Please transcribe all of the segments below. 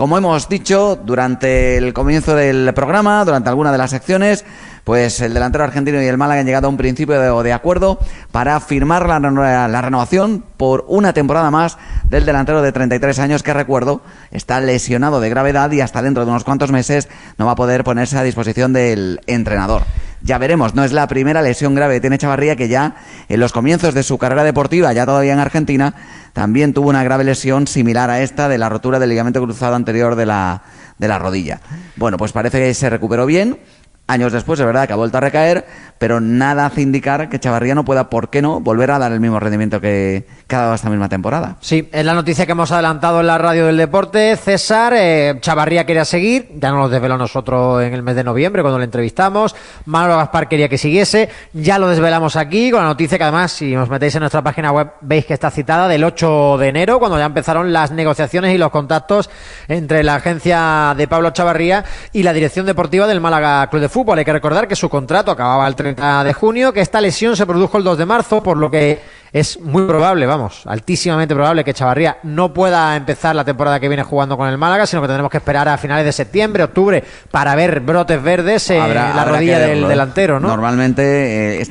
Como hemos dicho durante el comienzo del programa, durante alguna de las secciones, pues el delantero argentino y el Málaga han llegado a un principio de acuerdo para firmar la renovación por una temporada más del delantero de 33 años que, recuerdo, está lesionado de gravedad y hasta dentro de unos cuantos meses no va a poder ponerse a disposición del entrenador. Ya veremos, no es la primera lesión grave que tiene Chavarría, que ya en los comienzos de su carrera deportiva, ya todavía en Argentina, también tuvo una grave lesión similar a esta de la rotura del ligamento cruzado anterior de la rodilla. Bueno, pues parece que se recuperó bien. Años después, es verdad que ha vuelto a recaer, pero nada hace indicar que Chavarría no pueda, ¿por qué no?, volver a dar el mismo rendimiento que ha dado esta misma temporada. Sí, es la noticia que hemos adelantado en la radio del deporte, César. Chavarría quería seguir, ya nos lo desveló nosotros en el mes de noviembre cuando le entrevistamos. Manolo Gaspar quería que siguiese, ya lo desvelamos aquí con la noticia que, además, si os metéis en nuestra página web veis que está citada del 8 de enero, cuando ya empezaron las negociaciones y los contactos entre la agencia de Pablo Chavarría y la dirección deportiva del Málaga Club de Fútbol. Hay que recordar que su contrato acababa el 30 de junio, que esta lesión se produjo el 2 de marzo, por lo que es muy probable, altísimamente probable, que Chavarría no pueda empezar la temporada que viene jugando con el Málaga, sino que tendremos que esperar a finales de septiembre, octubre, para ver brotes verdes en la rodilla del delantero, ¿no? Normalmente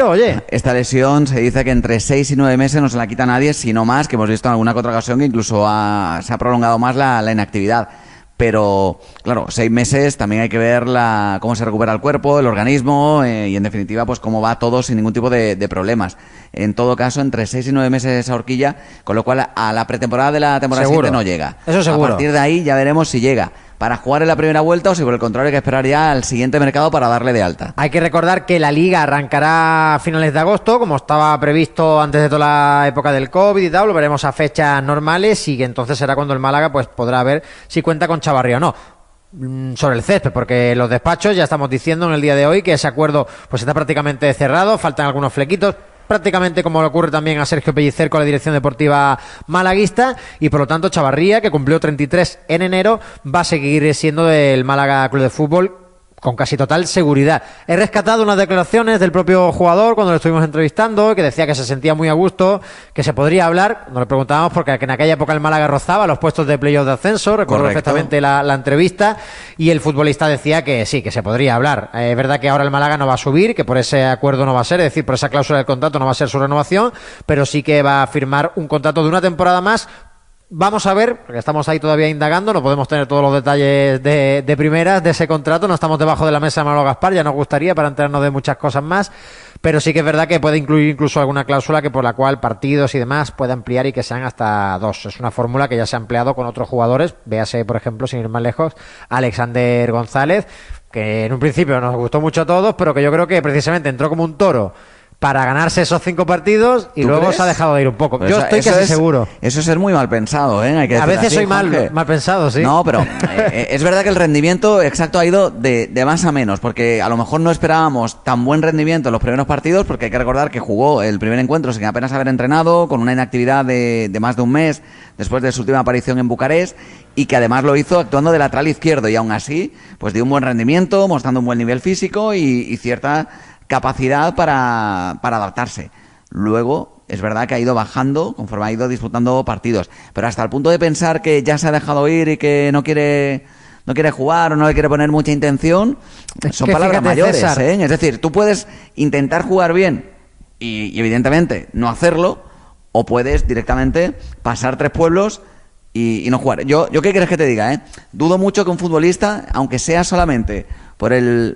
esta lesión se dice que entre 6 y 9 meses no se la quita nadie, sino más, que hemos visto en alguna que otra ocasión que incluso se ha prolongado más la inactividad. Pero, claro, 6 meses también hay que ver cómo se recupera el cuerpo, el organismo y, en definitiva, pues cómo va todo sin ningún tipo de problemas. En todo caso, entre 6 y 9 meses esa horquilla, con lo cual a la pretemporada de la temporada siguiente no llega. Eso seguro. A partir de ahí ya veremos si llega para jugar en la primera vuelta o si por el contrario hay que esperar ya al siguiente mercado para darle de alta. Hay que recordar que la Liga arrancará a finales de agosto, como estaba previsto antes de toda la época del COVID y tal, lo veremos a fechas normales y que entonces será cuando el Málaga pues podrá ver si cuenta con Chavarría o no. Sobre el césped, porque los despachos ya estamos diciendo en el día de hoy que ese acuerdo pues está prácticamente cerrado, faltan algunos flequitos, prácticamente como le ocurre también a Sergio Pellicer con la dirección deportiva malaguista, y por lo tanto Chavarría, que cumplió 33 en enero, va a seguir siendo del Málaga Club de Fútbol con casi total seguridad. He rescatado unas declaraciones del propio jugador cuando lo estuvimos entrevistando, que decía que se sentía muy a gusto, que se podría hablar, nos lo preguntábamos porque en aquella época el Málaga rozaba los puestos de playoff de ascenso, recuerdo perfectamente la entrevista, y el futbolista decía que sí, que se podría hablar. Es verdad que ahora el Málaga no va a subir, que por ese acuerdo no va a ser, es decir, por esa cláusula del contrato no va a ser su renovación, pero sí que va a firmar un contrato de una temporada más. Vamos a ver, porque estamos ahí todavía indagando, no podemos tener todos los detalles de primeras de ese contrato, no estamos debajo de la mesa de Manolo Gaspar, ya nos gustaría para enterarnos de muchas cosas más, pero sí que es verdad que puede incluir incluso alguna cláusula que por la cual partidos y demás pueda ampliar y que sean hasta 2. Es una fórmula que ya se ha empleado con otros jugadores, véase por ejemplo, sin ir más lejos, Alexander González, que en un principio nos gustó mucho a todos, pero que yo creo que precisamente entró como un toro para ganarse esos 5 partidos y luego crees? Se ha dejado de ir un poco. Pues yo estoy casi seguro. Eso es ser muy mal pensado, ¿eh? Hay que a veces así, soy mal pensado, sí. No, pero es verdad que el rendimiento exacto ha ido de más a menos, porque a lo mejor no esperábamos tan buen rendimiento en los primeros partidos, porque hay que recordar que jugó el primer encuentro sin apenas haber entrenado, con una inactividad de más de un mes después de su última aparición en Bucarest, y que además lo hizo actuando de lateral izquierdo, y aún así pues dio un buen rendimiento, mostrando un buen nivel físico y cierta capacidad para adaptarse. Luego, es verdad que ha ido bajando conforme ha ido disputando partidos, pero hasta el punto de pensar que ya se ha dejado ir y que no quiere jugar o no le quiere poner mucha intención, son palabras mayores, ¿eh? Es decir, tú puedes intentar jugar bien y evidentemente no hacerlo, o puedes directamente pasar 3 pueblos y no jugar. Yo qué quieres que te diga, dudo mucho que un futbolista, aunque sea solamente por el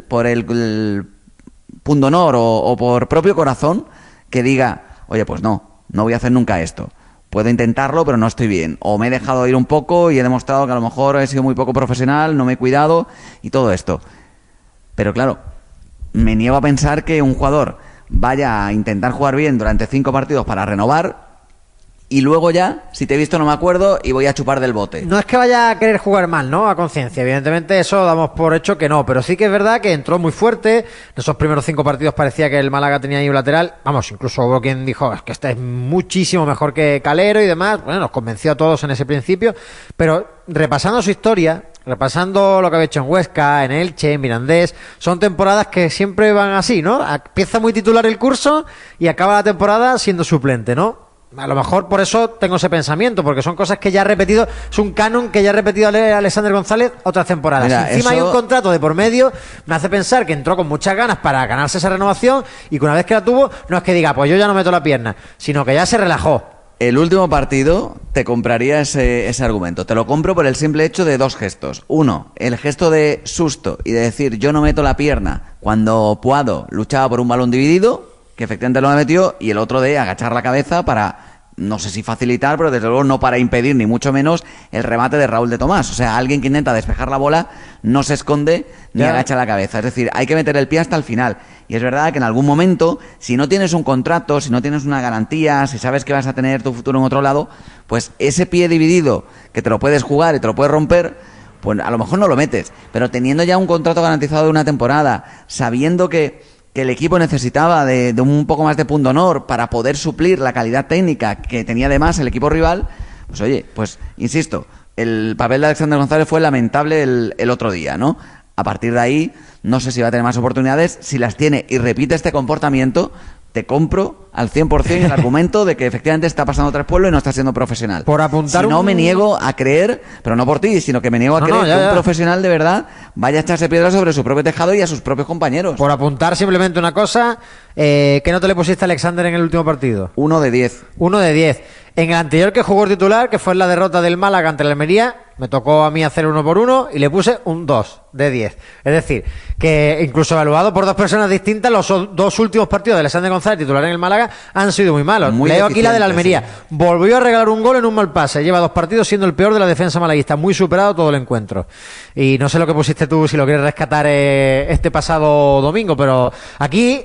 punto honor o por propio corazón, que diga, oye, pues no voy a hacer nunca esto. Puedo intentarlo, pero no estoy bien. O me he dejado ir un poco y he demostrado que a lo mejor he sido muy poco profesional, no me he cuidado y todo esto. Pero claro, me niego a pensar que un jugador vaya a intentar jugar bien durante 5 partidos para renovar y luego ya, si te he visto no me acuerdo y voy a chupar del bote. No es que vaya a querer jugar mal, ¿no? A conciencia, evidentemente eso damos por hecho que no, pero sí que es verdad que entró muy fuerte. En esos primeros 5 partidos parecía que el Málaga tenía ahí un lateral, incluso hubo quien dijo, es que este es muchísimo mejor que Calero y demás. Bueno, nos convenció a todos en ese principio, pero repasando su historia, repasando lo que había hecho en Huesca, en Elche, en Mirandés, son temporadas que siempre van así, ¿no? Empieza muy titular el curso y acaba la temporada siendo suplente, ¿no? A lo mejor por eso tengo ese pensamiento, porque son cosas que ya ha repetido, es un canon que ya ha repetido Alexander González otras temporadas. Mira, si encima eso... hay un contrato de por medio, me hace pensar que entró con muchas ganas para ganarse esa renovación y que una vez que la tuvo, no es que diga, pues yo ya no meto la pierna, sino que ya se relajó. El último partido te compraría ese argumento. Te lo compro por el simple hecho de dos gestos. Uno, el gesto de susto y de decir yo no meto la pierna cuando Puado luchaba por un balón dividido, que efectivamente lo metió, y el otro de agachar la cabeza para, no sé si facilitar, pero desde luego no para impedir ni mucho menos el remate de Raúl de Tomás. O sea, alguien que intenta despejar la bola no se esconde ni agacha la cabeza. Es decir, hay que meter el pie hasta el final. Y es verdad que en algún momento, si no tienes un contrato, si no tienes una garantía, si sabes que vas a tener tu futuro en otro lado, pues ese pie dividido que te lo puedes jugar y te lo puedes romper, pues a lo mejor no lo metes. Pero teniendo ya un contrato garantizado de una temporada, sabiendo que el equipo necesitaba de un poco más de punto honor para poder suplir la calidad técnica que tenía además el equipo rival, pues oye, pues insisto, el papel de Alexander González fue lamentable el otro día, ¿no? A partir de ahí, no sé si va a tener más oportunidades. Si las tiene y repite este comportamiento, te compro al 100% el argumento de que efectivamente está pasando tras pueblo y no está siendo profesional. Por apuntar si no, me niego a creer, pero no por ti, sino que me niego a creer que un profesional de verdad vaya a echarse piedras sobre su propio tejado y a sus propios compañeros. Por apuntar simplemente una cosa, ¿qué nota le pusiste a Alexander en el último partido? 1 de 10. 1 de 10. En el anterior que jugó titular, que fue en la derrota del Málaga ante la Almería, me tocó a mí hacer 1 por 1 y le puse un 2 de 10. Es decir, que incluso evaluado por dos personas distintas, los dos últimos partidos de Alexander González titular en el Málaga han sido muy malos. Leo aquí la de la Almería. Sí. Volvió a regalar un gol en un mal pase. Lleva 2 partidos siendo el peor de la defensa malaguista. Muy superado todo el encuentro. Y no sé lo que pusiste tú, si lo quieres rescatar este pasado domingo, pero aquí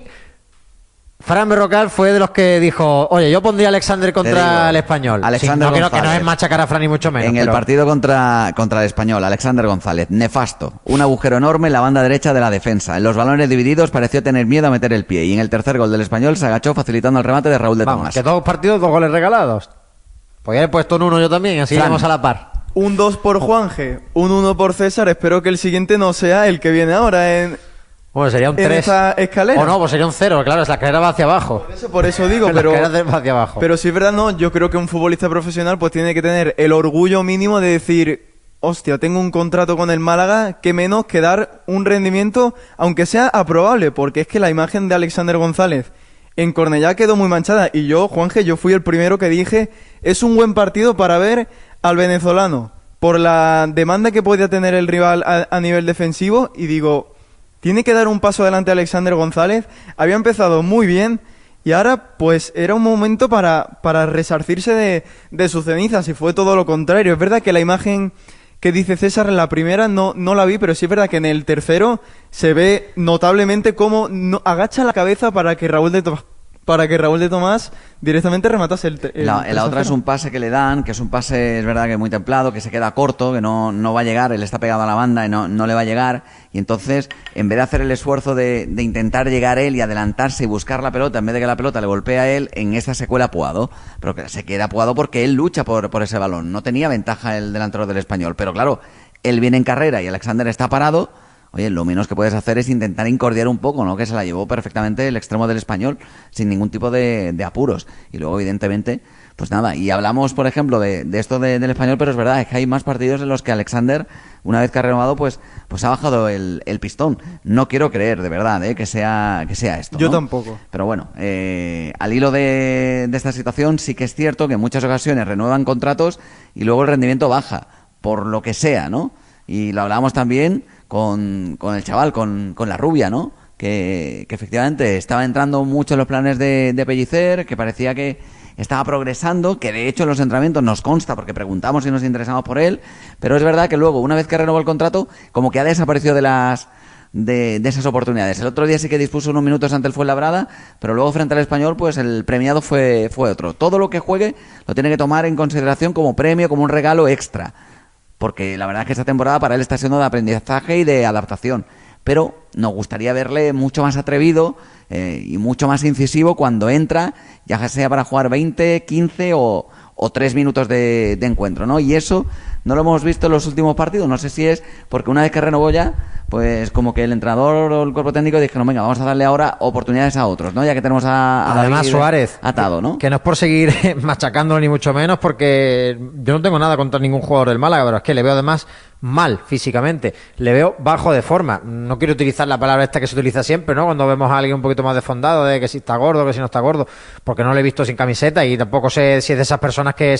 Fran Berrocal fue de los que dijo, oye, yo pondría a Alexander contra el Español. Alexander no creo que no es machacar a Fran ni mucho menos. En el partido contra el Español, Alexander González, nefasto. Un agujero enorme en la banda derecha de la defensa. En los balones divididos pareció tener miedo a meter el pie. Y en el tercer gol del Español se agachó facilitando el remate de Raúl de Tomás. Que 2 partidos, 2 goles regalados. Pues ya he puesto un 1 yo también, así vamos a la par. Un 2 por Juanje, un 1 por César. Espero que el siguiente no sea el que viene ahora en... Bueno, sería un 3. En esa escalera. O no, pues sería un 0, claro, la escalera va hacia abajo. Por eso digo, pero... La escalera va hacia abajo. Pero si es verdad, no, yo creo que un futbolista profesional pues tiene que tener el orgullo mínimo de decir, hostia, tengo un contrato con el Málaga, que menos que dar un rendimiento, aunque sea aprobable, porque es que la imagen de Alexander González en Cornellá quedó muy manchada. Y yo, Juanje, yo fui el primero que dije, es un buen partido para ver al venezolano, por la demanda que podía tener el rival a nivel defensivo, y digo... Tiene que dar un paso adelante Alexander González. Había empezado muy bien y ahora pues era un momento para resarcirse de sus cenizas, y fue todo lo contrario. Es verdad que la imagen que dice César en la primera no la vi, pero sí es verdad que en el tercero se ve notablemente cómo agacha la cabeza para que Raúl de Tomás directamente rematase la otra es un pase que le dan, que es un pase, es verdad que muy templado, que se queda corto, que no va a llegar, él está pegado a la banda y no le va a llegar, y entonces en vez de hacer el esfuerzo de intentar llegar él y adelantarse y buscar la pelota, en vez de que la pelota le golpee a él, en esta se cuela Puado, pero que se queda Puado porque él lucha por ese balón. No tenía ventaja el delantero del Español, pero claro, él viene en carrera y Alexander está parado. Oye, lo menos que puedes hacer es intentar incordiar un poco, ¿no? Que se la llevó perfectamente el extremo del Español, sin ningún tipo de apuros. Y luego, evidentemente, pues nada. Y hablamos, por ejemplo, de esto del Español, pero es verdad, es que hay más partidos en los que Alexander, una vez que ha renovado, pues ha bajado el pistón. No quiero creer, de verdad, que sea esto, Yo ¿no? tampoco. Pero bueno, al hilo de esta situación, sí que es cierto que en muchas ocasiones renuevan contratos y luego el rendimiento baja, por lo que sea, ¿no? Y lo hablábamos también con el chaval, con la rubia, ¿no? Que efectivamente estaba entrando mucho en los planes de Pellicer, que parecía que estaba progresando, que de hecho en los entrenamientos nos consta, porque preguntamos y nos interesamos por él, pero es verdad que luego, una vez que renovó el contrato, como que ha desaparecido de esas oportunidades. El otro día sí que dispuso unos minutos ante el Fuenlabrada, pero luego frente al Español, pues el premiado fue otro. Todo lo que juegue lo tiene que tomar en consideración como premio, como un regalo extra, porque la verdad es que esta temporada para él está siendo de aprendizaje y de adaptación, pero nos gustaría verle mucho más atrevido y mucho más incisivo cuando entra, ya sea para jugar 20, 15 o 3 minutos de encuentro, ¿no? Y eso no lo hemos visto en los últimos partidos. No sé si es porque una vez que renovó ya, pues como que el entrenador o el cuerpo técnico dijeron, venga, vamos a darle ahora oportunidades a otros, ¿no? Ya que tenemos a además David Suárez atado, ¿no? Que no es por seguir machacándolo ni mucho menos, porque yo no tengo nada contra ningún jugador del Málaga, pero es que le veo además mal físicamente, le veo bajo de forma. No quiero utilizar la palabra esta que se utiliza siempre, ¿no? Cuando vemos a alguien un poquito más desfondado, de que si está gordo, que si no está gordo, porque no le he visto sin camiseta y tampoco sé si es de esas personas que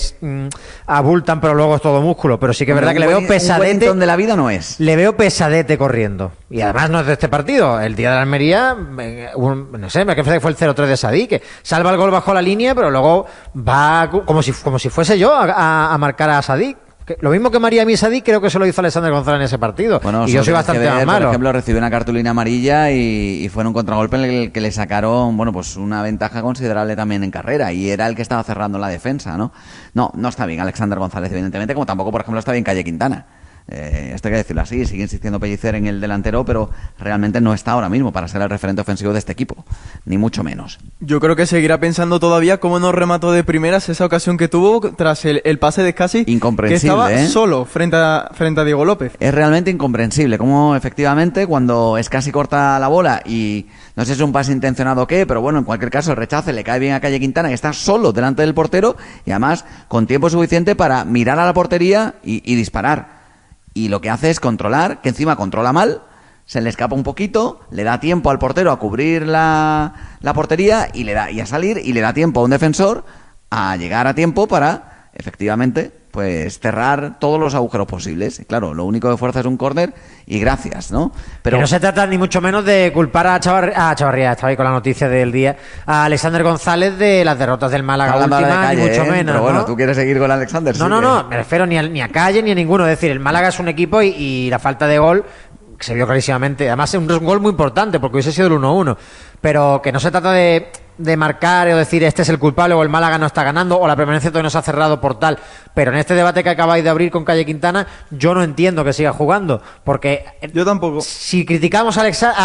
abultan pero luego es todo músculo, pero sí que es verdad que le veo pesadete. Un de la vida no es. Le veo pesadete corriendo. Y además no es de este partido. El día de la Almería, no sé, me parece que fue el 0-3 de Sadí, que salva el gol bajo la línea, pero luego va como si fuese yo a marcar a Sadí. Lo mismo que María Misadí, creo que se lo hizo Alexander González en ese partido. Bueno, y yo soy bastante más malo. Por ejemplo, recibió una cartulina amarilla y fue en un contragolpe en el que le sacaron, bueno, pues una ventaja considerable también en carrera. Y era el que estaba cerrando la defensa, ¿no? No está bien Alexander González, evidentemente, como tampoco, por ejemplo, está bien Calle Quintana. Esto hay que decirlo así, sigue insistiendo Pellicer en el delantero, pero realmente no está ahora mismo para ser el referente ofensivo de este equipo, ni mucho menos. Yo creo que seguirá pensando todavía cómo no remató de primeras esa ocasión que tuvo tras el pase de Scassi, incomprensible, que estaba solo frente a Diego López. Es realmente incomprensible cómo efectivamente cuando Scassi corta la bola y no sé si es un pase intencionado o qué, pero bueno, en cualquier caso el rechace le cae bien a Calle Quintana, que está solo delante del portero y además con tiempo suficiente para mirar a la portería y disparar. Y lo que hace es controlar, que encima controla mal, se le escapa un poquito, le da tiempo al portero a cubrir la portería y a salir, y le da tiempo a un defensor a llegar a tiempo para, efectivamente, pues cerrar todos los agujeros posibles. Y claro, lo único que fuerza es un córner y gracias, ¿no? Pero no se trata ni mucho menos de culpar a Chavarría, estaba ahí con la noticia del día, a Alexander González de las derrotas del Málaga últimas, ni mucho menos. Pero bueno, ¿no? tú quieres seguir con Alexander. No, me refiero ni a Calle ni a ninguno. Es decir, el Málaga es un equipo y la falta de gol se vio clarísimamente. Además, es un gol muy importante porque hubiese sido el 1-1. Pero que no se trata de marcar o decir este es el culpable o el Málaga no está ganando o la permanencia todavía no se ha cerrado por tal. Pero en este debate que acabáis de abrir con Calle Quintana, yo no entiendo que siga jugando. Porque yo tampoco. Si criticamos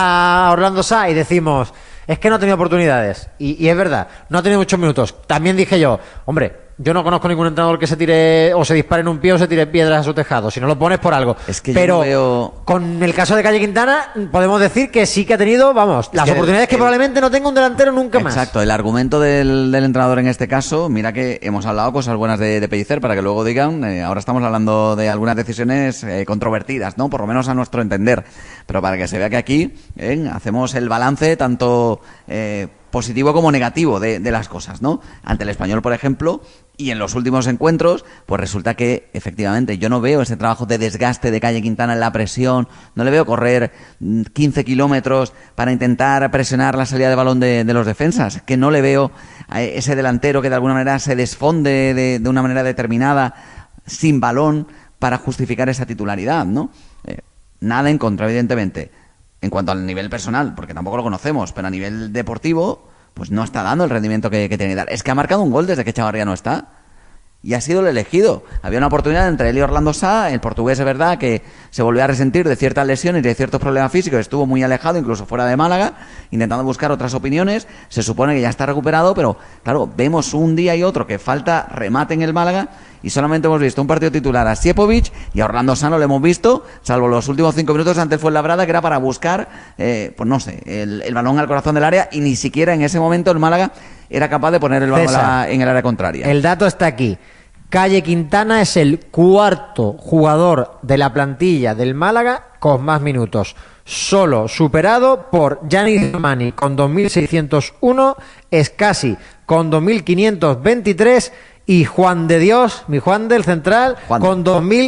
a Orlando Sá y decimos es que no ha tenido oportunidades, y es verdad, no ha tenido muchos minutos. También dije yo, hombre, yo no conozco ningún entrenador que se tire o se dispare en un pie o se tire piedras a su tejado. Si no lo pones por algo. Es que pero yo veo... con el caso de Calle Quintana podemos decir que sí que ha tenido, vamos, las oportunidades que probablemente no tenga un delantero nunca más. Exacto, el argumento del entrenador en este caso, mira que hemos hablado cosas buenas de Pellicer para que luego digan, ahora estamos hablando de algunas decisiones controvertidas, ¿no? Por lo menos a nuestro entender. Pero para que se vea que aquí hacemos el balance tanto positivo como negativo de las cosas, ¿no? Ante el Español, por ejemplo, y en los últimos encuentros, pues resulta que efectivamente yo no veo ese trabajo de desgaste de Calle Quintana en la presión, no le veo correr 15 kilómetros para intentar presionar la salida de balón de los defensas, que no le veo a ese delantero que de alguna manera se desfonde de una manera determinada sin balón para justificar esa titularidad, ¿no? Nada en contra, evidentemente, en cuanto al nivel personal, porque tampoco lo conocemos, pero a nivel deportivo, pues no está dando el rendimiento que tiene que dar. Es que ha marcado un gol desde que Chavarría no está. Y ha sido el elegido. Había una oportunidad entre él y Orlando Sá. El portugués es verdad que se volvió a resentir de ciertas lesiones y de ciertos problemas físicos. Estuvo muy alejado, incluso fuera de Málaga, intentando buscar otras opiniones. Se supone que ya está recuperado, pero claro, vemos un día y otro que falta remate en el Málaga y solamente hemos visto un partido titular a Siepovic y a Orlando Sá no lo hemos visto, salvo los últimos 5 minutos ante el Fuenlabrada, que era para buscar, pues no sé, el balón al corazón del área, y ni siquiera en ese momento el Málaga era capaz de poner el balón en el área contraria. El dato está aquí. Calle Quintana es el cuarto jugador de la plantilla del Málaga con más minutos, solo superado por Gianni Romani con 2.601, Scassi con 2.523 y Juan de Dios, mi Juan del Central, con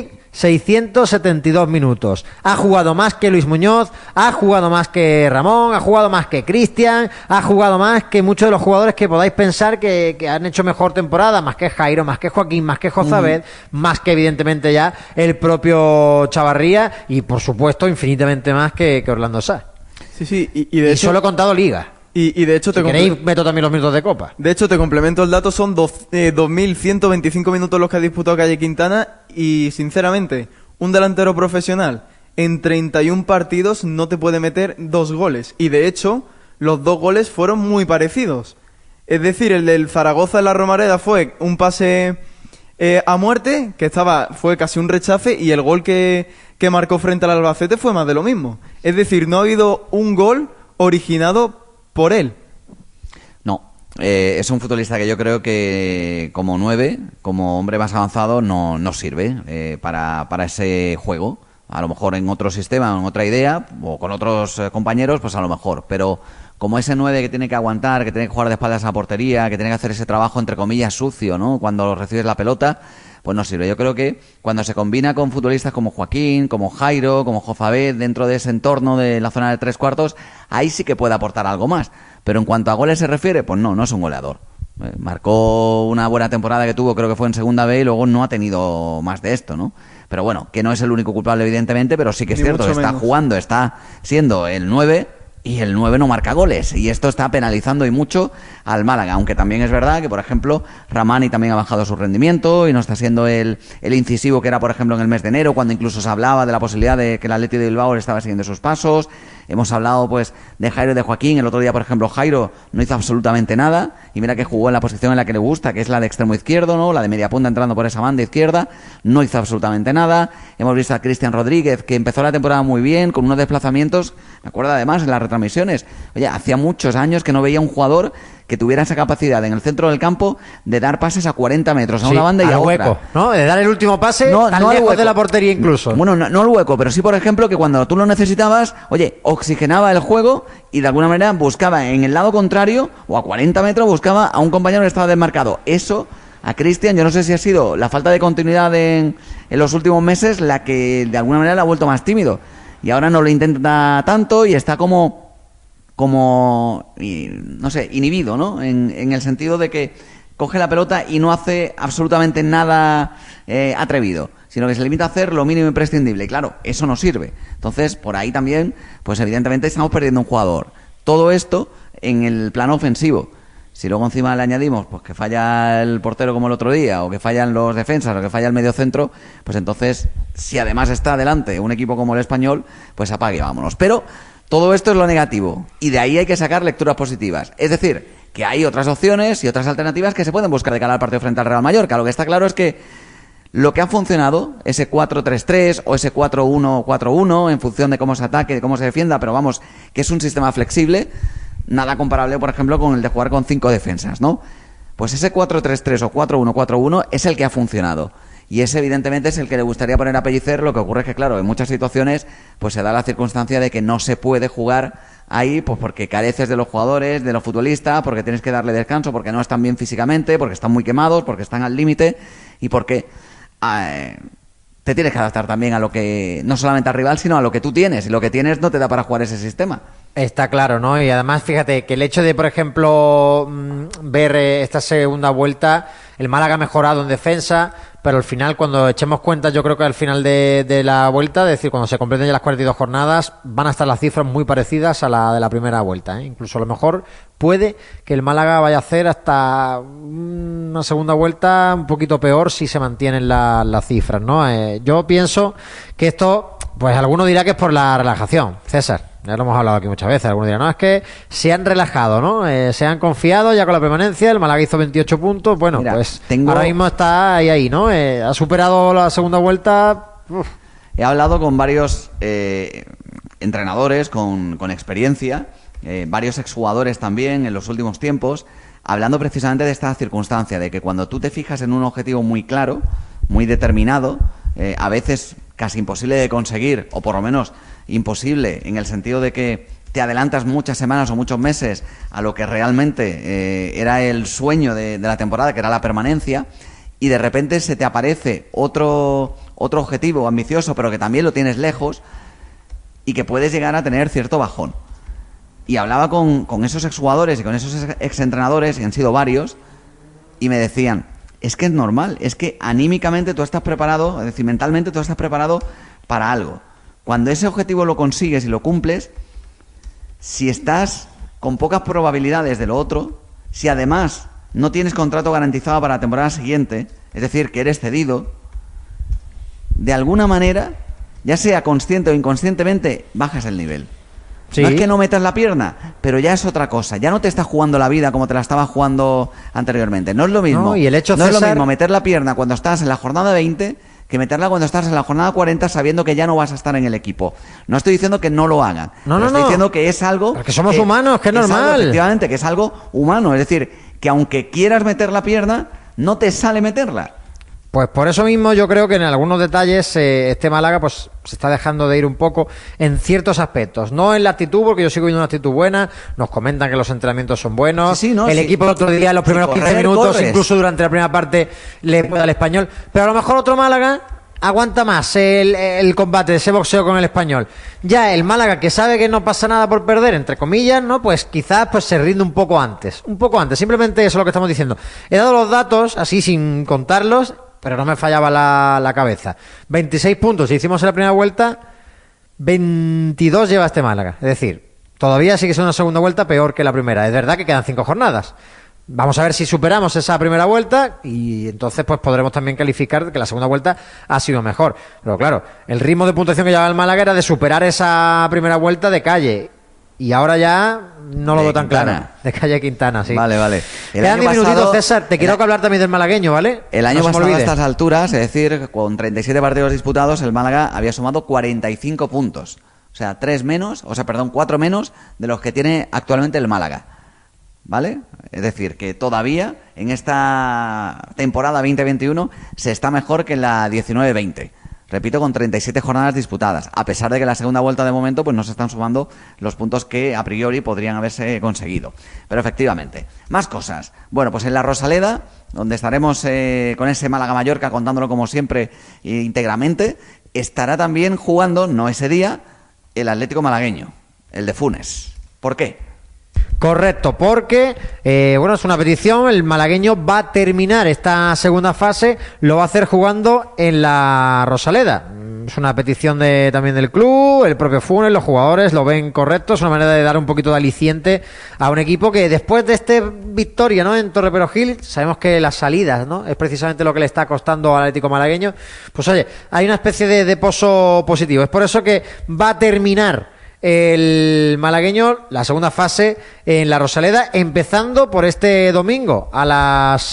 2.672 minutos. Ha jugado más que Luis Muñoz, ha jugado más que Ramón, ha jugado más que Cristian, ha jugado más que muchos de los jugadores que podáis pensar que han hecho mejor temporada, más que Jairo, más que Joaquín, más que Jozabed, más que evidentemente ya el propio Chavarría y por supuesto infinitamente más que Orlando Sá. Sí, y de hecho... solo he contado Liga. Y de hecho si queréis meto también los minutos de Copa. De hecho te complemento el dato, son 2.125 minutos los que ha disputado Calle Quintana y sinceramente un delantero profesional en 31 partidos no te puede meter 2 goles y de hecho los 2 goles fueron muy parecidos. Es decir, el del Zaragoza en la Romareda fue un pase a muerte, que fue casi un rechace, y el gol que marcó frente al Albacete fue más de lo mismo. Es decir, no ha habido un gol originado por él. No, es un futbolista que yo creo que como 9, como hombre más avanzado, no sirve para ese juego. A lo mejor en otro sistema, en otra idea, o con otros compañeros, pues a lo mejor. Pero como ese 9 que tiene que aguantar, que tiene que jugar de espaldas a la portería, que tiene que hacer ese trabajo, entre comillas, sucio, ¿no? Cuando recibes la pelota, pues no sirve. Yo creo que cuando se combina con futbolistas como Joaquín, como Jairo, como Jofabet, dentro de ese entorno de la zona de 3/4, ahí sí que puede aportar algo más. Pero en cuanto a goles se refiere, pues no es un goleador. Marcó una buena temporada que tuvo, creo que fue en segunda B, y luego no ha tenido más de esto, ¿no? Pero bueno, que no es el único culpable, evidentemente, pero sí que es cierto, está jugando, está siendo el 9, y el 9 no marca goles, y esto está penalizando y mucho al Málaga, aunque también es verdad que, por ejemplo, Ramani también ha bajado su rendimiento y no está siendo el incisivo que era, por ejemplo, en el mes de enero, cuando incluso se hablaba de la posibilidad de que el Athletic de Bilbao le estaba siguiendo sus pasos. Hemos hablado pues de Jairo y de Joaquín. El otro día, por ejemplo, Jairo no hizo absolutamente nada, y mira que jugó en la posición en la que le gusta, que es la de extremo izquierdo, ¿no? La de media punta entrando por esa banda izquierda. No hizo absolutamente nada. Hemos visto a Cristian Rodríguez, que empezó la temporada muy bien, con unos desplazamientos, me acuerdo además en las retransmisiones. Oye, hacía muchos años que no veía un jugador que tuviera esa capacidad en el centro del campo de dar pases a 40 metros a una banda y a hueco, otra. ¿no? De dar el último pase tan lejos de la portería incluso. Bueno, no al hueco, pero sí, por ejemplo, que cuando tú lo necesitabas, oye, oxigenaba el juego y de alguna manera buscaba en el lado contrario o a 40 metros buscaba a un compañero que estaba desmarcado. Eso a Cristian, yo no sé si ha sido la falta de continuidad en los últimos meses la que de alguna manera le ha vuelto más tímido. Y ahora no lo intenta tanto y está como no sé, inhibido, ¿no? En el sentido de que coge la pelota y no hace absolutamente nada atrevido, sino que se limita a hacer lo mínimo imprescindible. Y claro, eso no sirve. Entonces, por ahí también, pues evidentemente estamos perdiendo un jugador. Todo esto en el plano ofensivo. Si luego encima le añadimos pues que falla el portero como el otro día, o que fallan los defensas, o que falla el mediocentro, pues entonces, si además está adelante un equipo como el Español, pues apague y vámonos. Pero todo esto es lo negativo, y de ahí hay que sacar lecturas positivas. Es decir, que hay otras opciones y otras alternativas que se pueden buscar de cara al partido frente al Real Mallorca. Lo que está claro es que lo que ha funcionado, ese 4-3-3 o ese 4-1-4-1, en función de cómo se ataque, de cómo se defienda, pero vamos, que es un sistema flexible, nada comparable, por ejemplo, con el de jugar con 5 defensas, ¿no? Pues ese 4-3-3 o 4-1-4-1 es el que ha funcionado. Y ese, evidentemente, es el que le gustaría poner a Pellicer. Lo que ocurre es que, claro, en muchas situaciones pues se da la circunstancia de que no se puede jugar ahí, pues porque careces de los jugadores, de los futbolistas, porque tienes que darle descanso, porque no están bien físicamente, porque están muy quemados, porque están al límite y porque te tienes que adaptar también a lo que, no solamente al rival, sino a lo que tú tienes. Y lo que tienes no te da para jugar ese sistema. Está claro, ¿no? Y además, fíjate, que el hecho de, por ejemplo, ver esta segunda vuelta, el Málaga ha mejorado en defensa, pero al final, cuando echemos cuenta, yo creo que al final de la vuelta, es decir, cuando se completen ya las 42 jornadas, van a estar las cifras muy parecidas a la de la primera vuelta, ¿eh? Incluso a lo mejor puede que el Málaga vaya a hacer hasta una segunda vuelta un poquito peor si se mantienen las cifras, ¿no? Yo pienso que esto, pues alguno dirá que es por la relajación, César. Ya lo hemos hablado aquí muchas veces. Algunos dirán, no, es que se han relajado, ¿no? Se han confiado ya con la permanencia. El Málaga hizo 28 puntos. Bueno, mira, pues ahora mismo está ahí, ¿no? Ha superado la segunda vuelta. Uf. He hablado con varios entrenadores con experiencia, varios exjugadores también en los últimos tiempos, hablando precisamente de esta circunstancia, de que cuando tú te fijas en un objetivo muy claro, muy determinado, a veces casi imposible de conseguir, o por lo menos imposible en el sentido de que te adelantas muchas semanas o muchos meses a lo que realmente era el sueño de la temporada, que era la permanencia, y de repente se te aparece otro objetivo ambicioso, pero que también lo tienes lejos y que puedes llegar a tener cierto bajón. Y hablaba con esos exjugadores y con esos exentrenadores, y han sido varios, y me decían, es que es normal, es que anímicamente tú estás preparado, es decir, mentalmente tú estás preparado para algo. Cuando ese objetivo lo consigues y lo cumples, si estás con pocas probabilidades de lo otro, si además no tienes contrato garantizado para la temporada siguiente, es decir, que eres cedido, de alguna manera, ya sea consciente o inconscientemente, bajas el nivel. Sí. No es que no metas la pierna, pero ya es otra cosa. Ya no te estás jugando la vida como te la estabas jugando anteriormente. No es lo mismo. No, y el hecho, no es lo César, mismo meter la pierna cuando estás en la jornada 20 que meterla cuando estás en la jornada 40 sabiendo que ya no vas a estar en el equipo. No estoy diciendo que no lo hagan. No, estoy diciendo que es algo... Porque somos humanos, que es normal. algo, efectivamente, que es algo humano. Es decir, que aunque quieras meter la pierna, no te sale meterla. Pues por eso mismo yo creo que en algunos detalles este Málaga pues se está dejando de ir un poco en ciertos aspectos. No en la actitud, porque yo sigo viendo una actitud buena. Nos comentan que los entrenamientos son buenos. Sí, no, el sí. equipo el otro día, en los primeros correr, 15 minutos, corres. incluso durante la primera parte, le puede al Español. Pero a lo mejor otro Málaga aguanta más el combate, ese boxeo con el Español. Ya el Málaga, que sabe que no pasa nada por perder, entre comillas, ¿no? Pues quizás pues se rinde un poco antes. Un poco antes. Simplemente eso es lo que estamos diciendo. He dado los datos, así sin contarlos, pero no me fallaba la cabeza. 26 puntos, si hicimos en la primera vuelta, 22 lleva este Málaga. Es decir, todavía sigue siendo una segunda vuelta peor que la primera. Es verdad que quedan 5 jornadas. Vamos a ver si superamos esa primera vuelta y entonces pues podremos también calificar que la segunda vuelta ha sido mejor. Pero claro, el ritmo de puntuación que llevaba el Málaga era de superar esa primera vuelta de Calle. Y ahora ya no lo veo tan claro. De Calle Quintana, sí. Vale. Quedan 10 minutitos, César. Te quiero hablar también del malagueño, ¿vale? El año No se me pasado a olvide. estas alturas, es decir, con 37 partidos disputados, el Málaga había sumado 45 puntos. O sea, 4 menos de los que tiene actualmente el Málaga. ¿Vale? Es decir, que todavía en esta temporada 2021 se está mejor que en la 19-20. Repito, con 37 jornadas disputadas, a pesar de que en la segunda vuelta de momento pues no se están sumando los puntos que a priori podrían haberse conseguido. Pero efectivamente, más cosas. Bueno, pues en la Rosaleda, donde estaremos con ese Málaga-Mallorca contándolo como siempre íntegramente, estará también jugando, no ese día, el Atlético malagueño, el de Funes. ¿Por qué? Correcto, porque bueno, es una petición, el malagueño va a terminar esta segunda fase, lo va a hacer jugando en la Rosaleda. Es una petición también del club, el propio Funes, los jugadores lo ven correcto, es una manera de dar un poquito de aliciente a un equipo que después de esta victoria, ¿no?, en Torre Perojil, sabemos que las salidas, ¿no?, es precisamente lo que le está costando al Atlético malagueño. Pues oye, hay una especie de pozo positivo, es por eso que va a terminar el malagueño la segunda fase en la Rosaleda, empezando por este domingo a las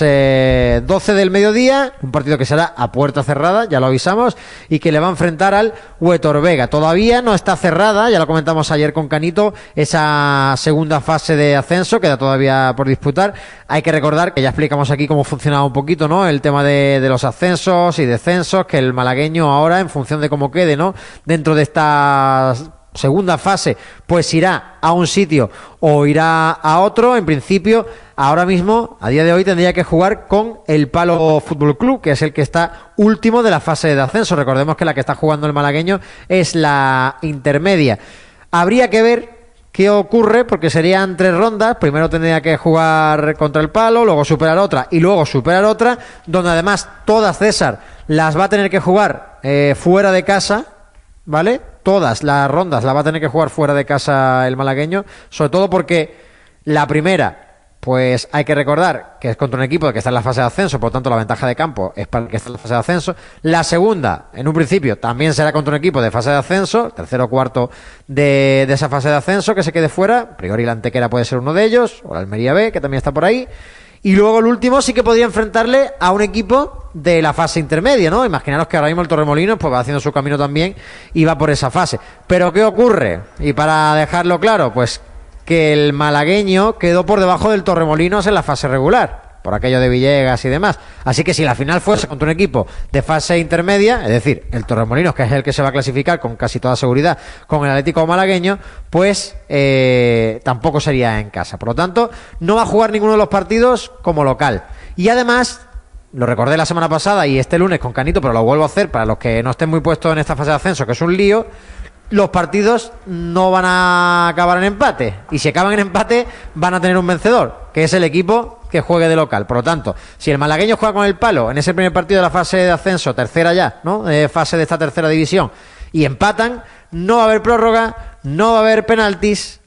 12 del mediodía, un partido que será a puerta cerrada, ya lo avisamos, y que le va a enfrentar al Huetor Vega. Todavía no está cerrada, ya lo comentamos ayer con Canito, esa segunda fase de ascenso, queda todavía por disputar. Hay que recordar que ya explicamos aquí cómo funcionaba un poquito, ¿no?, el tema de los ascensos y descensos, que el malagueño ahora, en función de cómo quede, ¿no?, dentro de estas segunda fase, pues irá a un sitio o irá a otro. En principio, ahora mismo, a día de hoy, tendría que jugar con el Palo Fútbol Club, que es el que está último de la fase de ascenso. Recordemos que la que está jugando el malagueño es la intermedia. Habría que ver qué ocurre, porque serían 3 rondas. Primero tendría que jugar contra el Palo, luego superar otra y luego superar otra, donde además todas, César, las va a tener que jugar fuera de casa, ¿vale? Todas las rondas las va a tener que jugar fuera de casa el malagueño, sobre todo porque la primera, pues hay que recordar que es contra un equipo que está en la fase de ascenso, por lo tanto la ventaja de campo es para el que está en la fase de ascenso. La segunda, en un principio, también será contra un equipo de fase de ascenso, tercero o cuarto de esa fase de ascenso que se quede fuera. A priori la Antequera puede ser uno de ellos, o la Almería B, que también está por ahí. Y luego el último sí que podría enfrentarle a un equipo de la fase intermedia, ¿no? Imaginaros que ahora mismo el Torremolinos pues va haciendo su camino también y va por esa fase. Pero ¿qué ocurre? Y para dejarlo claro, pues que el malagueño quedó por debajo del Torremolinos en la fase regular, por aquello de Villegas y demás. Así que si la final fuese contra un equipo de fase intermedia, es decir, el Torremolinos, que es el que se va a clasificar con casi toda seguridad con el Atlético malagueño, pues tampoco sería en casa. Por lo tanto, no va a jugar ninguno de los partidos como local. Y además, lo recordé la semana pasada y este lunes con Canito, pero lo vuelvo a hacer para los que no estén muy puestos en esta fase de ascenso, que es un lío. Los partidos no van a acabar en empate, y si acaban en empate van a tener un vencedor, que es el equipo que juegue de local. Por lo tanto, si el malagueño juega con el Palo en ese primer partido de la fase de ascenso, tercera ya, ¿no?, fase de esta tercera división, y empatan, no va a haber prórroga, no va a haber penaltis,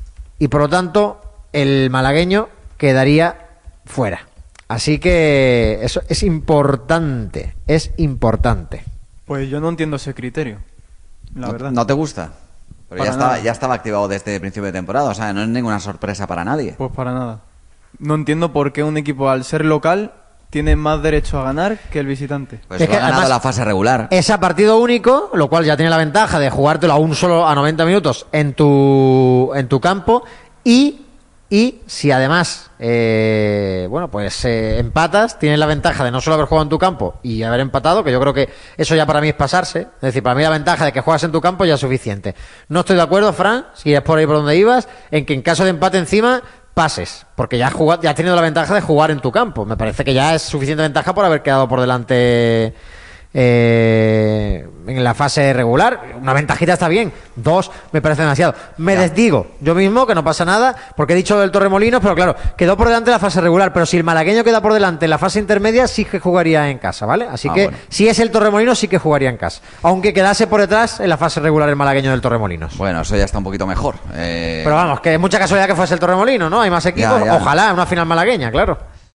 y por lo tanto el malagueño quedaría fuera. Así que eso es importante, es importante. Pues yo no entiendo ese criterio, la verdad. ¿No te gusta? Pero ya estaba activado desde principio de temporada, o sea, no es ninguna sorpresa para nadie. Pues para nada. No entiendo por qué un equipo, al ser local, tiene más derecho a ganar que el visitante. Pues Es lo que ha ganado además la fase regular. Es a partido único, lo cual ya tiene la ventaja de jugártelo a 90 minutos en tu campo y si además empatas, tienes la ventaja de no solo haber jugado en tu campo y haber empatado, que yo creo que eso ya para mí es pasarse. Es decir, para mí la ventaja de que juegas en tu campo ya es suficiente. No estoy de acuerdo, Fran, si es por ahí por donde ibas, en que en caso de empate encima pases, porque ya has tenido la ventaja de jugar en tu campo. Me parece que ya es suficiente ventaja por haber quedado por delante en la fase regular. Una ventajita está bien, 2 me parece demasiado. Me desdigo yo mismo, que no pasa nada, porque he dicho lo del Torremolinos, pero claro, quedó por delante en la fase regular, pero si el malagueño queda por delante en la fase intermedia, sí que jugaría en casa, ¿vale? Así que bueno. si es el Torremolinos, sí que jugaría en casa, aunque quedase por detrás en la fase regular el malagueño del Torremolinos. Bueno, eso ya está un poquito mejor. Pero vamos, que es mucha casualidad que fuese el Torremolinos, ¿no? Hay más equipos, Ya. ojalá una final malagueña, claro.